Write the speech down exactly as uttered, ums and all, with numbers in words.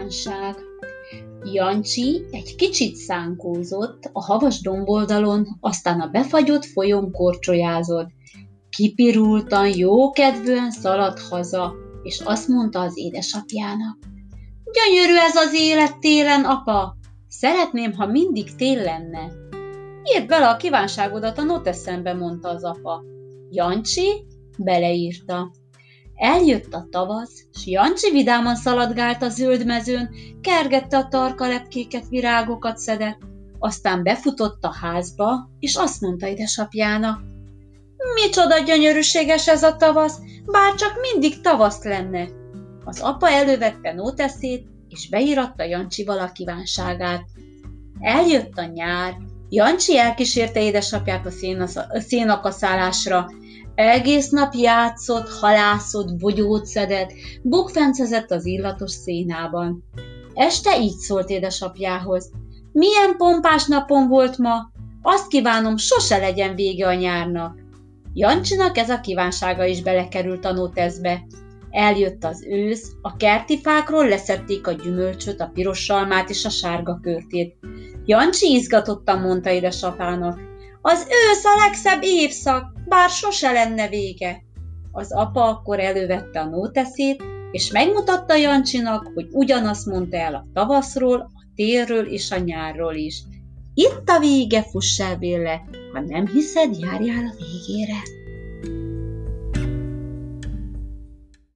kívánság. Jancsi egy kicsit szánkózott a havas domboldalon, aztán a befagyott folyón korcsolyázott. Kipirultan, jókedvűen szaladt haza, és azt mondta az édesapjának: Gyönyörű ez az élet télen, apa! Szeretném, ha mindig tél lenne. Írd bele a kívánságodat a noteszembe, mondta az apa. Jancsi beleírta. Eljött a tavasz, s Jancsi vidáman szaladgált a zöld mezőn, kergette a tarka lepkéket, virágokat szedett, aztán befutott a házba, és azt mondta édesapjának: Micsoda gyönyörűséges ez a tavasz, bár csak mindig tavasz lenne. Az apa elővette nóteszét, és beíratta Jancsival a kívánságát. Eljött a nyár, Jancsi elkísérte édesapját a szénakaszálásra. Egész nap játszott, halászott, bogyót szedett, bukfencezett az illatos szénában. Este így szólt édesapjához: Milyen pompás napon volt ma, azt kívánom, sose legyen vége a nyárnak. Jancsinak ez a kívánsága is belekerült a nóteszbe. Eljött az ősz, a kerti fákról leszedték a gyümölcsöt, a piros salmát és a sárga körtét. Jancsi izgatottan mondta édesapának: Az ősz a legszebb évszak, bár sose lenne vége. Az apa akkor elővette a nóteszét, és megmutatta Jancsinak, hogy ugyanazt mondta el a tavaszról, a télről és a nyárról is. Itt a vége, fuss el, Bélle, ha nem hiszed, járjál a végére.